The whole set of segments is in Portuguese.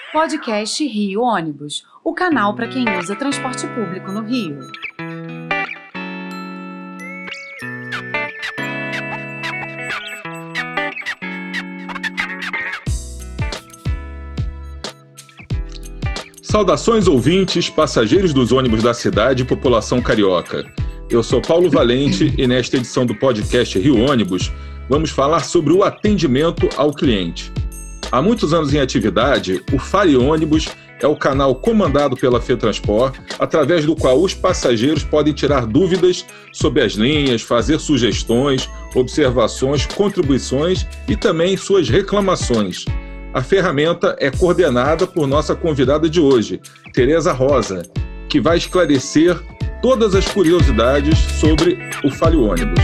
Podcast Rio Ônibus, o canal para quem usa transporte público no Rio. Saudações ouvintes, passageiros dos ônibus da cidade e população carioca. Eu sou Paulo Valente e nesta edição do podcast Rio Ônibus vamos falar sobre o atendimento ao cliente. Há muitos anos em atividade, o Fale Ônibus é o canal comandado pela FETransport, através do qual os passageiros podem tirar dúvidas sobre as linhas, fazer sugestões, observações, contribuições e também suas reclamações. A ferramenta é coordenada por nossa convidada de hoje, Tereza Rosa, que vai esclarecer todas as curiosidades sobre o Fale Ônibus.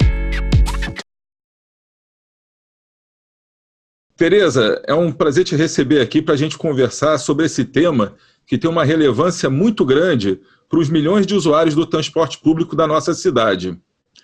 Tereza, é um prazer te receber aqui para a gente conversar sobre esse tema que tem uma relevância muito grande para os milhões de usuários do transporte público da nossa cidade.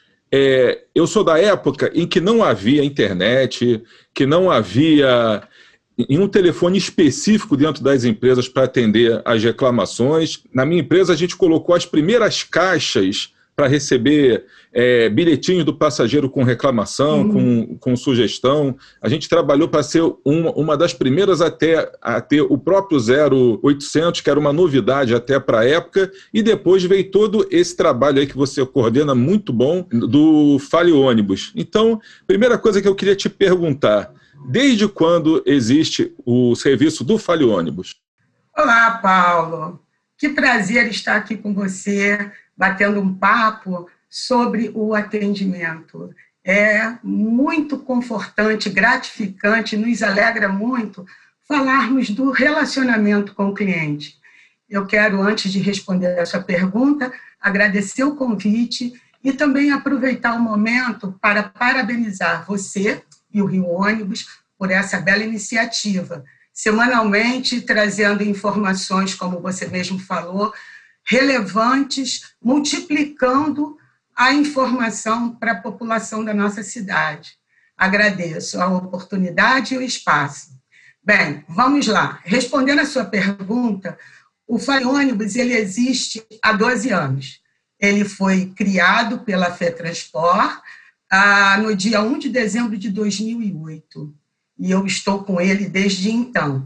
Eu sou da época em que não havia internet, que não havia um telefone específico dentro das empresas para atender as reclamações. Na minha empresa, a gente colocou as primeiras caixas para receber bilhetinho do passageiro com reclamação, com sugestão. A gente trabalhou para ser uma das primeiras a ter o próprio 0800, que era uma novidade até para a época, e depois veio todo esse trabalho aí que você coordena muito bom do Fale Ônibus. Então, primeira coisa que eu queria te perguntar, desde quando existe o serviço do Fale Ônibus? Olá, Paulo. Que prazer estar aqui com você, batendo um papo sobre o atendimento. É muito confortante, gratificante, nos alegra muito falarmos do relacionamento com o cliente. Eu quero, antes de responder a sua pergunta, agradecer o convite e também aproveitar o momento para parabenizar você e o Rio Ônibus por essa bela iniciativa, semanalmente trazendo informações, como você mesmo falou, relevantes, multiplicando a informação para a população da nossa cidade. Agradeço a oportunidade e o espaço. Bem, vamos lá. Respondendo a sua pergunta, o Fale Ônibus ele existe há 12 anos. Ele foi criado pela FETransport no dia 1 de dezembro de 2008, e eu estou com ele desde então.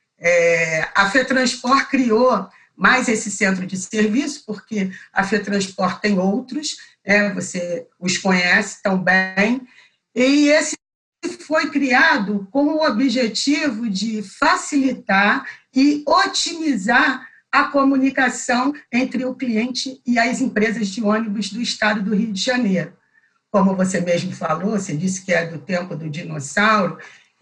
A FETransport criou mais esse centro de serviço, porque a FETransport tem outros, você os conhece tão bem, e esse foi criado com o objetivo de facilitar e otimizar a comunicação entre o cliente e as empresas de ônibus do estado do Rio de Janeiro. Como você mesmo falou, você disse que é do tempo do dinossauro,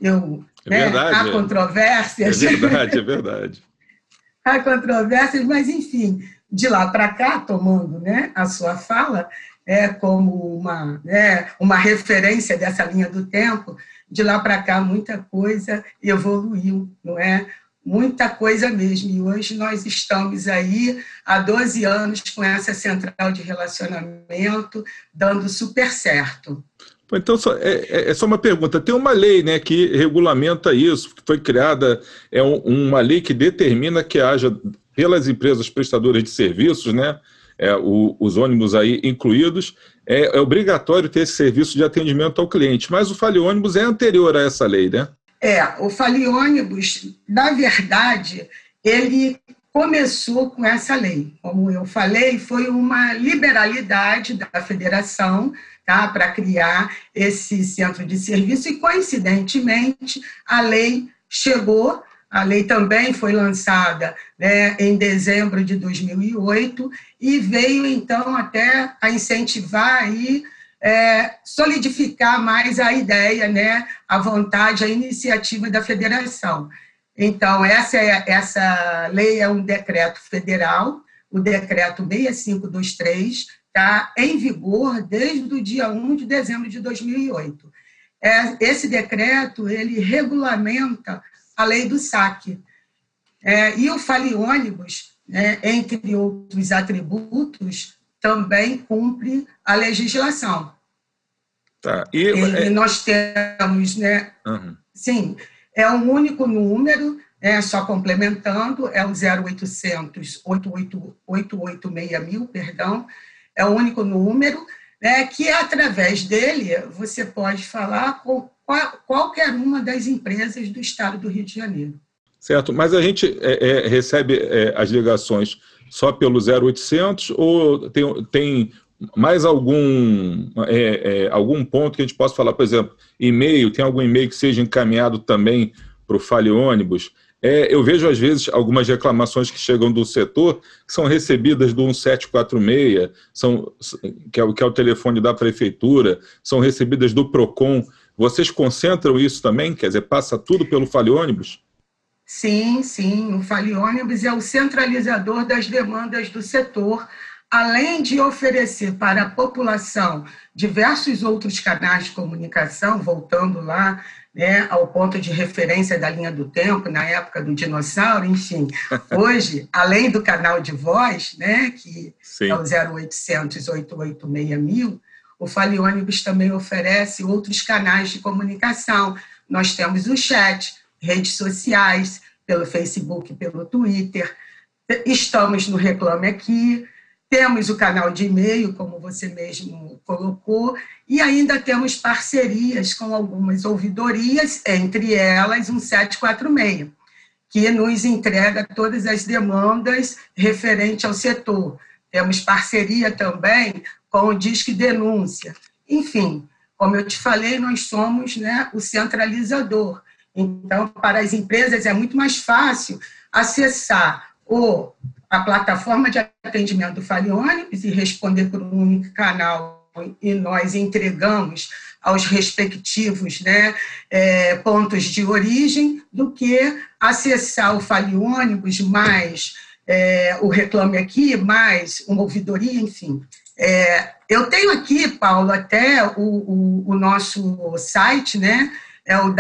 há controvérsias. É verdade. Há controvérsias, mas, enfim, de lá para cá, tomando a sua fala como uma referência dessa linha do tempo, de lá para cá muita coisa evoluiu, não é? Muita coisa mesmo. E hoje nós estamos aí há 12 anos com essa central de relacionamento, dando super certo. Então, é só uma pergunta. Tem uma lei, né, que regulamenta isso, que foi criada, uma lei que determina que haja, pelas empresas prestadoras de serviços, né, os ônibus aí incluídos, é obrigatório ter esse serviço de atendimento ao cliente. Mas o Fale Ônibus é anterior a essa lei, né? O Fale Ônibus, na verdade, ele começou com essa lei. Como eu falei, foi uma liberalidade da federação, para criar esse centro de serviço, e, coincidentemente, a lei chegou, a lei também foi lançada em dezembro de 2008, e veio, então, até a incentivar e solidificar mais a ideia, a vontade, a iniciativa da federação. Então, essa lei é um decreto federal, o decreto 6523, está em vigor desde o dia 1 de dezembro de 2008. Esse decreto, ele regulamenta a lei do SAC. E o Fale Ônibus, entre outros atributos, também cumpre a legislação. Tá. E nós temos, Sim, é um único número, só complementando, é o 0800 886000, perdão, é o único número, que através dele você pode falar com qualquer uma das empresas do estado do Rio de Janeiro. Certo, mas a gente recebe as ligações só pelo 0800 ou tem mais algum ponto que a gente possa falar, por exemplo, e-mail, tem algum e-mail que seja encaminhado também para o Fale Ônibus? Eu vejo, às vezes, algumas reclamações que chegam do setor, que são recebidas do 1746, que é o telefone da prefeitura, são recebidas do PROCON. Vocês concentram isso também? Quer dizer, passa tudo pelo Fale Ônibus? Sim, o Fale Ônibus é o centralizador das demandas do setor, além de oferecer para a população diversos outros canais de comunicação, voltando lá, ao ponto de referência da linha do tempo, na época do dinossauro, enfim. Hoje, além do canal de voz, que Sim. é o 0800 886000, o Fale Ônibus também oferece outros canais de comunicação. Nós temos o chat, redes sociais, pelo Facebook, pelo Twitter, estamos no Reclame Aqui, temos o canal de e-mail, como você mesmo colocou, e ainda temos parcerias com algumas ouvidorias, entre elas um 746, que nos entrega todas as demandas referentes ao setor. Temos parceria também com o Disque Denúncia. Enfim, como eu te falei, nós somos o centralizador. Então, para as empresas é muito mais fácil acessar a plataforma de atendimento do Fale Ônibus e responder por um único canal, e nós entregamos aos respectivos pontos de origem, do que acessar o Fale Ônibus, mais o Reclame Aqui, mais uma ouvidoria, enfim. Eu tenho aqui, Paulo, até o nosso site, é o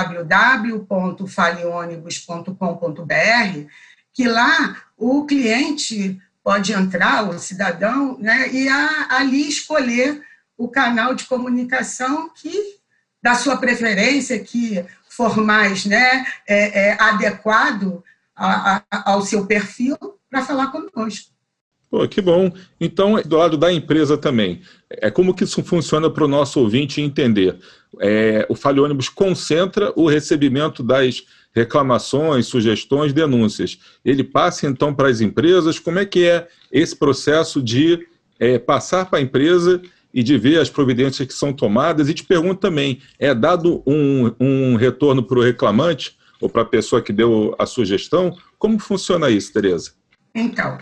www.faleonibus.com.br, que lá o cliente pode entrar, o cidadão, e ali escolher o canal de comunicação da sua preferência, que for mais adequado ao seu perfil, para falar conosco. Pô, que bom. Então, do lado da empresa também, como que isso funciona para o nosso ouvinte entender? O Fale Ônibus concentra o recebimento das reclamações, sugestões, denúncias. Ele passa, então, para as empresas. Como é que é esse processo de passar para a empresa e de ver as providências que são tomadas? E te pergunto também, é dado um retorno para o reclamante ou para a pessoa que deu a sugestão? Como funciona isso, Tereza? Então,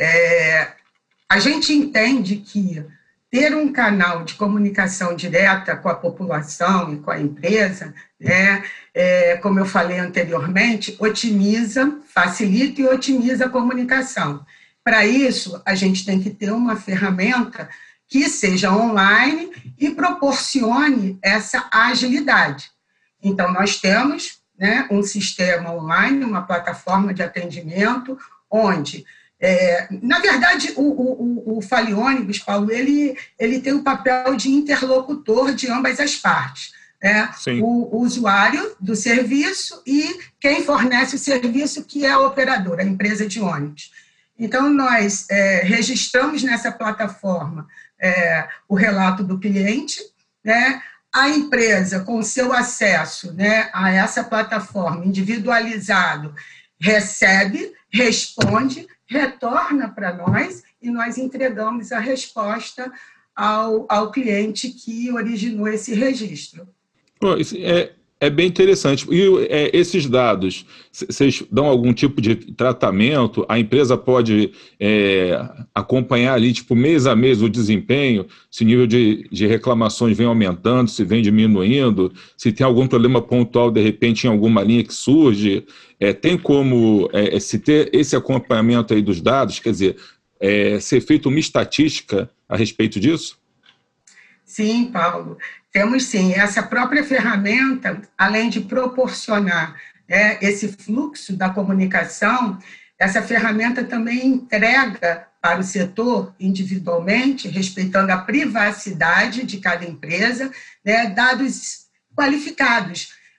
a gente entende que ter um canal de comunicação direta com a população e com a empresa, como eu falei anteriormente, facilita e otimiza a comunicação. Para isso, a gente tem que ter uma ferramenta que seja online e proporcione essa agilidade. Então, nós temos um sistema online, uma plataforma de atendimento, onde... na verdade, o Fale Ônibus, Paulo, ele tem o papel de interlocutor de ambas as partes. O usuário do serviço e quem fornece o serviço, que é a operadora, a empresa de ônibus. Então, nós registramos nessa plataforma o relato do cliente, a empresa, com seu acesso a essa plataforma individualizado, recebe, responde, retorna para nós e nós entregamos a resposta ao cliente que originou esse registro. Pô, isso é bem interessante. E esses dados, vocês dão algum tipo de tratamento? A empresa pode acompanhar ali, mês a mês, o desempenho, se o nível de reclamações vem aumentando, se vem diminuindo, se tem algum problema pontual, de repente, em alguma linha que surge. Tem como se ter esse acompanhamento aí dos dados, quer dizer, ser feita uma estatística a respeito disso? Sim, Paulo. Temos sim, essa própria ferramenta, além de proporcionar esse fluxo da comunicação, essa ferramenta também entrega para o setor individualmente, respeitando a privacidade de cada empresa, dados qualificados,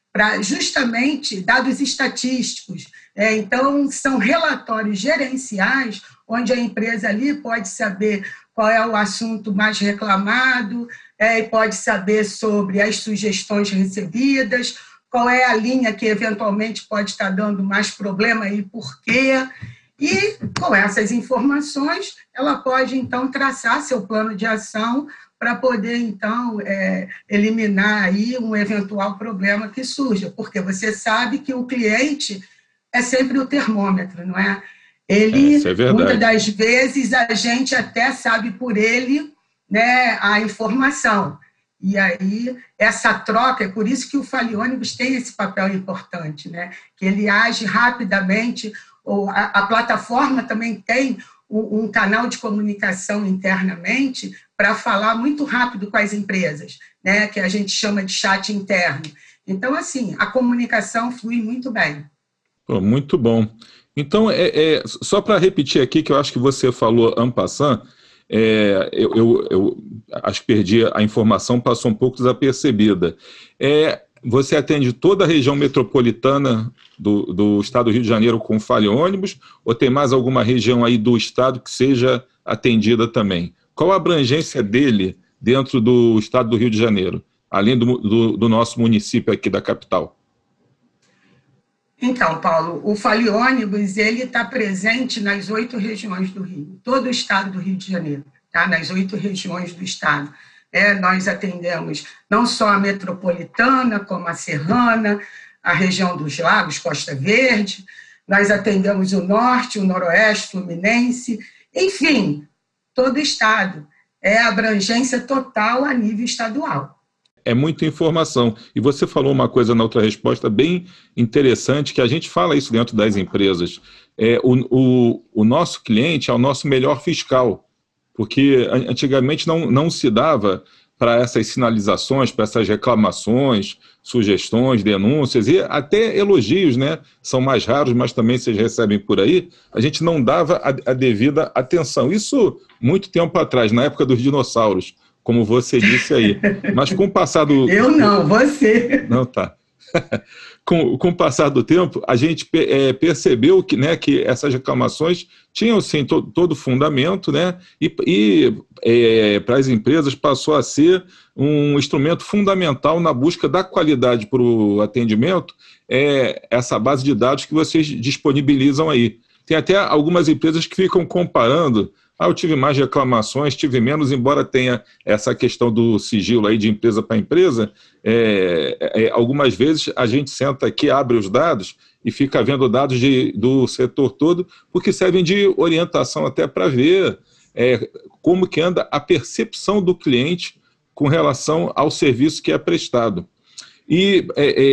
para justamente dados estatísticos. Então, são relatórios gerenciais, onde a empresa ali pode saber qual é o assunto mais reclamado, e pode saber sobre as sugestões recebidas, qual é a linha que eventualmente pode estar dando mais problema e por quê. E, com essas informações, ela pode, então, traçar seu plano de ação para poder, então, eliminar aí um eventual problema que surja, porque você sabe que o cliente é sempre o termômetro, não é? Ele, isso é verdade. Muitas das vezes, a gente até sabe por ele, né, a informação. E aí, essa troca, é por isso que o Fale-ônibus tem esse papel importante, né? Que ele age rapidamente, a plataforma também tem um canal de comunicação internamente para falar muito rápido com as empresas, né, que a gente chama de chat interno. Então, assim, a comunicação flui muito bem. Muito bom. Então, só para repetir aqui, que eu acho que você falou en passant, eu acho que perdi a informação, passou um pouco desapercebida. Você atende toda a região metropolitana do estado do Rio de Janeiro com Fale-ônibus, ou tem mais alguma região aí do estado que seja atendida também? Qual a abrangência dele dentro do estado do Rio de Janeiro, além do nosso município aqui da capital? Então, Paulo, o Fale-ônibus está presente nas 8 regiões do Rio, todo o estado do Rio de Janeiro, tá? Nas 8 regiões do estado. Nós atendemos não só a metropolitana, como a serrana, a região dos lagos, Costa Verde, nós atendemos o norte, o noroeste, fluminense, enfim, todo o estado. É abrangência total a nível estadual. É muita informação. E você falou uma coisa na outra resposta bem interessante, que a gente fala isso dentro das empresas. O nosso cliente é o nosso melhor fiscal, porque antigamente não se dava para essas sinalizações, para essas reclamações, sugestões, denúncias e até elogios, né? São mais raros, mas também vocês recebem por aí. A gente não dava a devida atenção. Isso muito tempo atrás, na época dos dinossauros, como você disse aí. Mas com o passar do... Eu não, você. Não, tá. Com o passar do tempo, a gente percebeu que, né, que essas reclamações tinham, sim, todo fundamento, né, e para as empresas passou a ser um instrumento fundamental na busca da qualidade para o atendimento, essa base de dados que vocês disponibilizam aí. Tem até algumas empresas que ficam comparando: eu tive mais reclamações, tive menos, embora tenha essa questão do sigilo aí de empresa para empresa. Algumas vezes a gente senta aqui, abre os dados e fica vendo dados do setor todo, porque servem de orientação até para ver como que anda a percepção do cliente com relação ao serviço que é prestado. E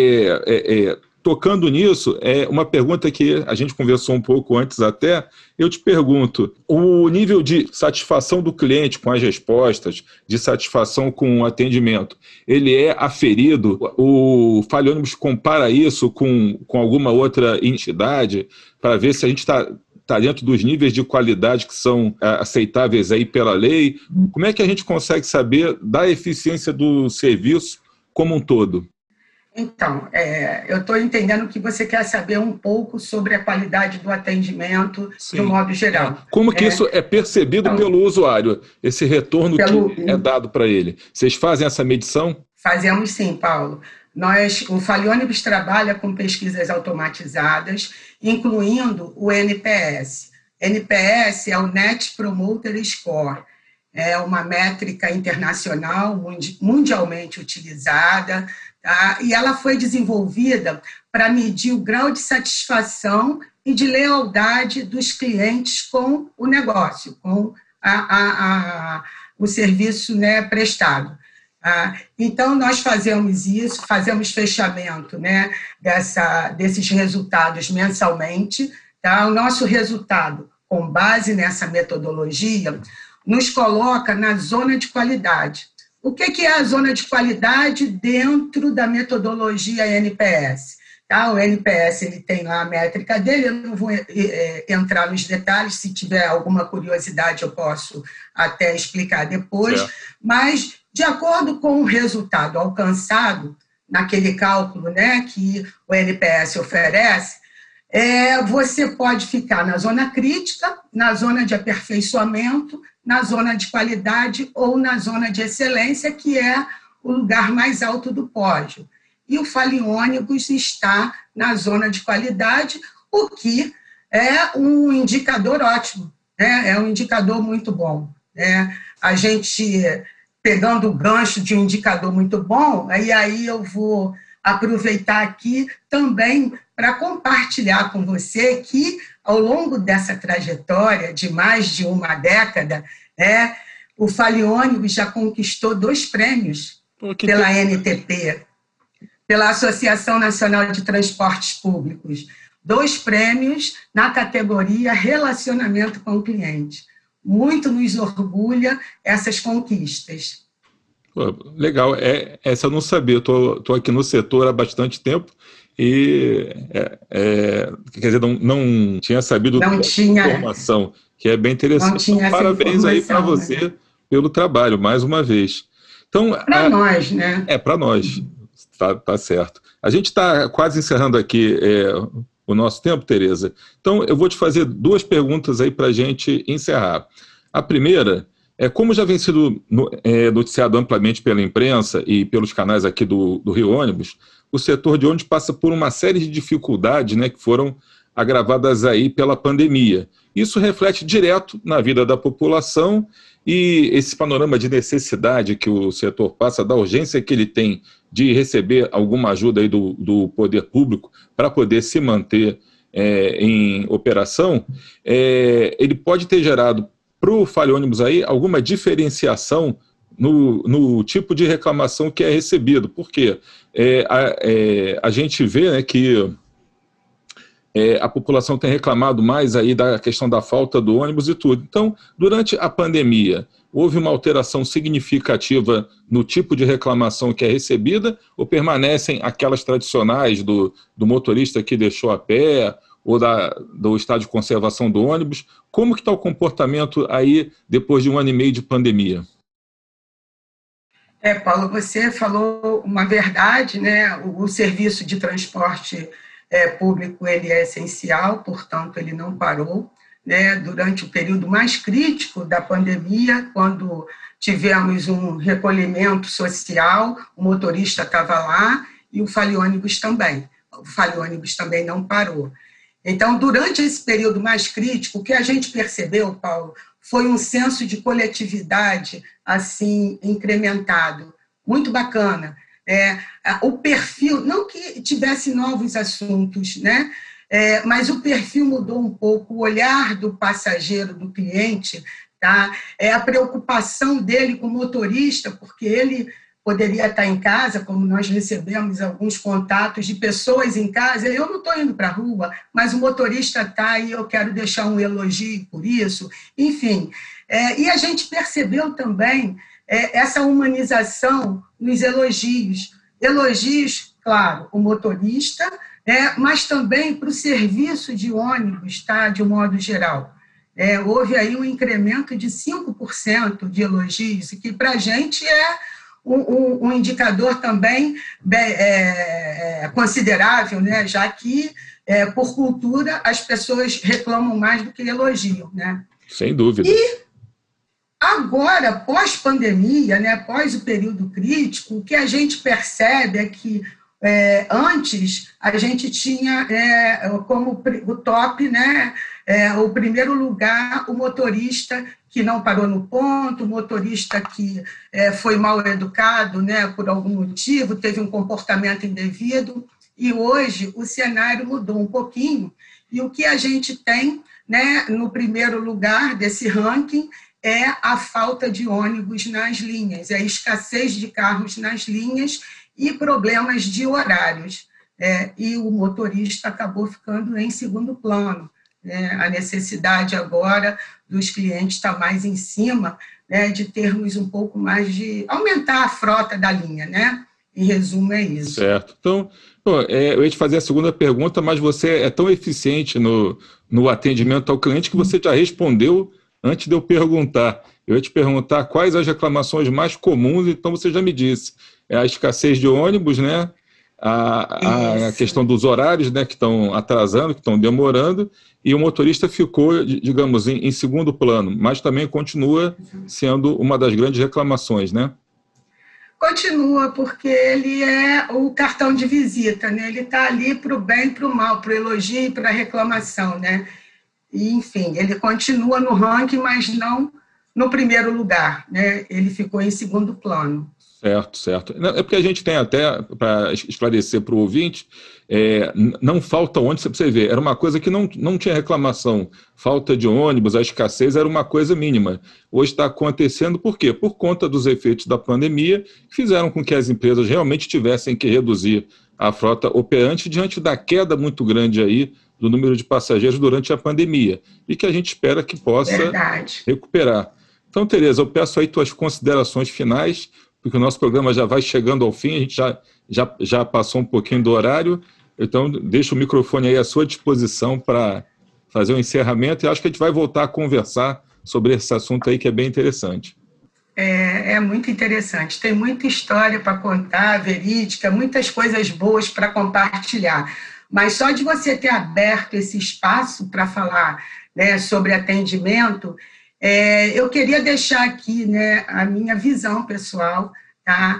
tocando nisso, uma pergunta que a gente conversou um pouco antes até, eu te pergunto: o nível de satisfação do cliente com as respostas, de satisfação com o atendimento, ele é aferido? O Fale-ônibus compara isso com alguma outra entidade para ver se a gente está dentro dos níveis de qualidade que são aceitáveis aí pela lei? Como é que a gente consegue saber da eficiência do serviço como um todo? Então, eu estou entendendo que você quer saber um pouco sobre a qualidade do atendimento, sim, de um modo geral. Como que isso é percebido pelo usuário, esse retorno que é dado para ele? Vocês fazem essa medição? Fazemos sim, Paulo. O Fale-ônibus trabalha com pesquisas automatizadas, incluindo o NPS. NPS é o Net Promoter Score. É uma métrica internacional, mundialmente utilizada, tá? E ela foi desenvolvida para medir o grau de satisfação e de lealdade dos clientes com o negócio, com o serviço, né, prestado. Então, nós fazemos isso, fazemos fechamento, né, desses resultados mensalmente. Tá? O nosso resultado, com base nessa metodologia, nos coloca na zona de qualidade. O que é a zona de qualidade dentro da metodologia NPS? Tá? O NPS ele tem lá a métrica dele, eu não vou entrar nos detalhes, se tiver alguma curiosidade eu posso até explicar depois, mas de acordo com o resultado alcançado, naquele cálculo, né, que o NPS oferece, você pode ficar na zona crítica, na zona de aperfeiçoamento, na zona de qualidade ou na zona de excelência, que é o lugar mais alto do pódio. E o Fale Ônibus está na zona de qualidade, o que é um indicador ótimo, né? É um indicador muito bom. A gente, pegando o gancho de um indicador muito bom, aí eu vou aproveitar aqui também para compartilhar com você que, ao longo dessa trajetória de mais de uma década, o Fale Ônibus já conquistou 2 prêmios pela NTP, pela Associação Nacional de Transportes Públicos. 2 prêmios na categoria Relacionamento com o Cliente. Muito nos orgulha essas conquistas. Pô, legal, essa eu não sabia, eu estou aqui no setor há bastante tempo e, quer dizer, não tinha sabido da informação, que é bem interessante. Então, parabéns aí para você, né, pelo trabalho, mais uma vez. Então, para nós, né? Para nós, tá certo. A gente está quase encerrando aqui o nosso tempo, Tereza. Então, eu vou te fazer 2 perguntas aí para a gente encerrar. A primeira como já vem sido noticiado amplamente pela imprensa e pelos canais aqui do Rio Ônibus, o setor de ônibus passa por uma série de dificuldades, né, que foram agravadas aí pela pandemia. Isso reflete direto na vida da população e esse panorama de necessidade que o setor passa, da urgência que ele tem de receber alguma ajuda aí do poder público para poder se manter em operação, ele pode ter gerado para o Fale Ônibus aí alguma diferenciação no tipo de reclamação que é recebido, porque a gente vê, né, que a população tem reclamado mais aí da questão da falta do ônibus e tudo. Então, durante a pandemia, houve uma alteração significativa no tipo de reclamação que é recebida, ou permanecem aquelas tradicionais do motorista que deixou a pé, ou do estado de conservação do ônibus? Como que está o comportamento aí depois de 1 ano e meio de pandemia? Paulo, você falou uma verdade, né? O serviço de transporte público ele é essencial, portanto, ele não parou, né? Durante o período mais crítico da pandemia, quando tivemos um recolhimento social, o motorista estava lá e o Fale Ônibus também. O Fale Ônibus também não parou. Então, durante esse período mais crítico, o que a gente percebeu, Paulo, foi um senso de coletividade assim incrementado, muito bacana. O perfil, não que tivesse novos assuntos, né? Mas o perfil mudou um pouco, o olhar do passageiro, do cliente, tá? A preocupação dele com o motorista, porque ele poderia estar em casa, como nós recebemos alguns contatos de pessoas em casa, eu não estou indo para a rua, mas o motorista está e eu quero deixar um elogio por isso, enfim. E a gente percebeu também essa humanização nos elogios. Elogios, claro, o motorista, mas também para o serviço de ônibus, tá? De um modo geral. Houve aí um incremento de 5% de elogios, que para a gente um indicador também considerável, né? Já que, por cultura, as pessoas reclamam mais do que elogiam. Né? Sem dúvida. E agora, pós-pandemia, né, após o período crítico, o que a gente percebe é que antes a gente tinha como o top, né, o primeiro lugar, o motorista que não parou no ponto, o motorista que foi mal educado, né, por algum motivo, teve um comportamento indevido, e hoje o cenário mudou um pouquinho, e o que a gente tem, né, no primeiro lugar desse ranking é a falta de ônibus nas linhas, a escassez de carros nas linhas e problemas de horários. E o motorista acabou ficando em segundo plano. A necessidade agora dos clientes está mais em cima, né, de termos um pouco mais de... aumentar a frota da linha, né? Em resumo, é isso. Certo. Então, eu ia te fazer a segunda pergunta, mas você é tão eficiente no atendimento ao cliente que você já respondeu antes de eu perguntar. Eu ia te perguntar quais as reclamações mais comuns, então você já me disse. É a escassez de ônibus, né? A questão dos horários, né, que estão atrasando, que estão demorando, e o motorista ficou, digamos, em segundo plano, mas também continua sendo uma das grandes reclamações, né? Continua, porque ele é o cartão de visita, né? Ele está ali para o bem e para o mal, para o elogio e para a reclamação, né? E, enfim, ele continua no ranking, mas não no primeiro lugar, né? Ele ficou em segundo plano. Certo, certo. É porque a gente tem até, para esclarecer para o ouvinte, não falta ônibus, para você ver, era uma coisa que não tinha reclamação. Falta de ônibus, a escassez era uma coisa mínima. Hoje está acontecendo por quê? Por conta dos efeitos da pandemia, que fizeram com que as empresas realmente tivessem que reduzir a frota operante diante da queda muito grande aí do número de passageiros durante a pandemia, e que a gente espera que possa recuperar. Então, Tereza, eu peço aí tuas considerações finais, porque o nosso programa já vai chegando ao fim, a gente já passou um pouquinho do horário, então deixo o microfone aí à sua disposição para fazer o encerramento, e acho que a gente vai voltar a conversar sobre esse assunto aí que é bem interessante. É muito interessante, tem muita história para contar, verídica, muitas coisas boas para compartilhar, mas só de você ter aberto esse espaço para falar, né, sobre atendimento, eu queria deixar aqui, né, a minha visão pessoal, tá?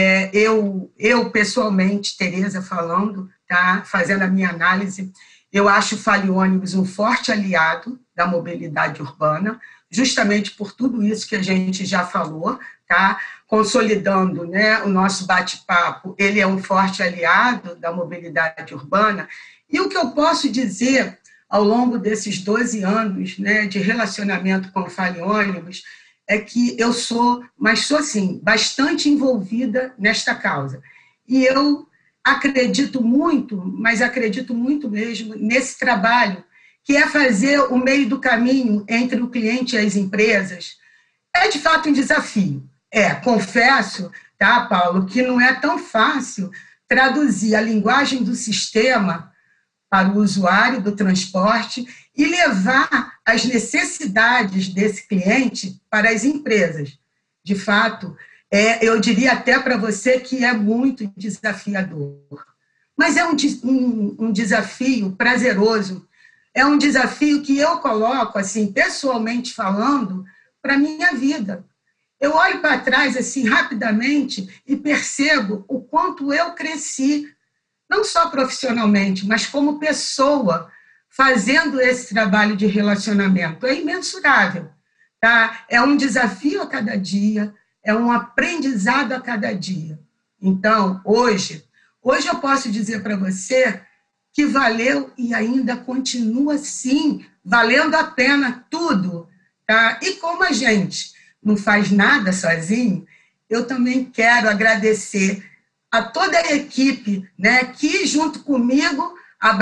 Eu pessoalmente, Tereza falando, tá? Fazendo a minha análise, eu acho o Fale-ônibus um forte aliado da mobilidade urbana, justamente por tudo isso que a gente já falou, tá? Consolidando, né, o nosso bate-papo, ele é um forte aliado da mobilidade urbana. E o que eu posso dizer ao longo desses 12 anos, né, de relacionamento com o Fale-ônibus, é que eu sou assim, bastante envolvida nesta causa. E eu acredito muito, mas acredito muito mesmo, nesse trabalho, que é fazer o meio do caminho entre o cliente e as empresas. É, de fato, um desafio. Confesso, tá, Paulo, que não é tão fácil traduzir a linguagem do sistema para o usuário do transporte e levar as necessidades desse cliente para as empresas. De fato, eu diria até para você que é muito desafiador. Mas é um desafio prazeroso, é um desafio que eu coloco, assim, pessoalmente falando, para a minha vida. Eu olho para trás, assim, rapidamente e percebo o quanto eu cresci, não só profissionalmente, mas como pessoa, fazendo esse trabalho de relacionamento. É imensurável, tá? É um desafio a cada dia, é um aprendizado a cada dia. Então, hoje eu posso dizer para você que valeu e ainda continua, sim, valendo a pena tudo, tá? E como a gente não faz nada sozinho, eu também quero agradecer a toda a equipe, né, que junto comigo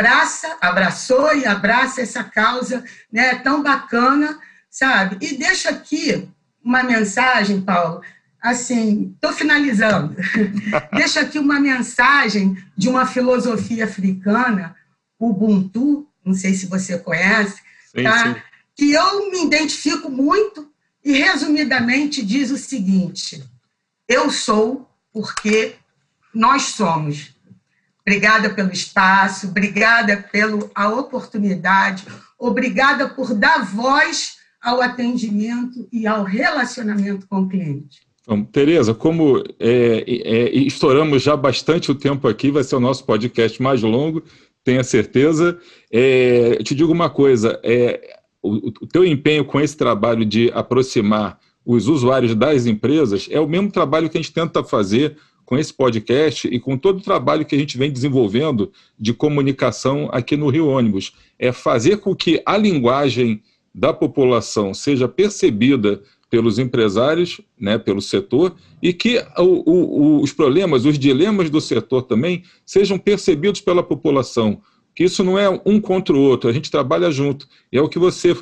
abraçou e abraça essa causa, né, tão bacana, sabe? E deixo aqui uma mensagem, Paulo, assim, estou finalizando, deixo aqui uma mensagem de uma filosofia africana, Ubuntu, não sei se você conhece, sim, tá? sim. Que eu me identifico muito e, resumidamente, diz o seguinte: eu sou porque nós somos. Obrigada pelo espaço, obrigada pela oportunidade, obrigada por dar voz ao atendimento e ao relacionamento com o cliente. Então, Tereza, como estouramos já bastante o tempo aqui, vai ser o nosso podcast mais longo, tenha certeza. Eu te digo uma coisa, o teu empenho com esse trabalho de aproximar os usuários das empresas é o mesmo trabalho que a gente tenta fazer com esse podcast e com todo o trabalho que a gente vem desenvolvendo de comunicação aqui no Rio Ônibus. É fazer com que a linguagem da população seja percebida pelos empresários, né, pelo setor, e que os problemas, os dilemas do setor também sejam percebidos pela população. Que isso não é um contra o outro, a gente trabalha junto. E é o que você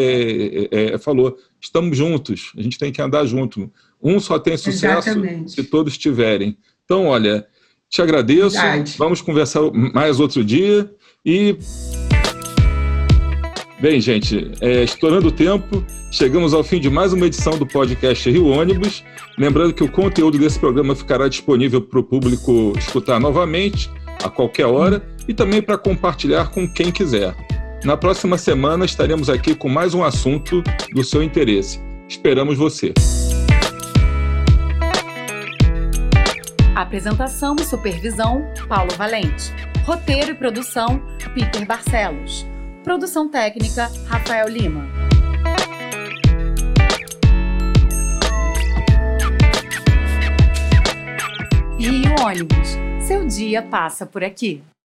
falou, estamos juntos, a gente tem que andar junto. Um só tem sucesso se todos tiverem. Então, olha, te agradeço, vamos conversar mais outro dia. E Bem, gente, estourando o tempo, chegamos ao fim de mais uma edição do podcast Rio Ônibus. Lembrando que o conteúdo desse programa ficará disponível para o público escutar novamente, a qualquer hora, e também para compartilhar com quem quiser. Na próxima semana estaremos aqui com mais um assunto do seu interesse. Esperamos você. Apresentação e supervisão, Paulo Valente. Roteiro e produção, Peter Barcelos. Produção técnica, Rafael Lima. Rio Ônibus. Seu dia passa por aqui.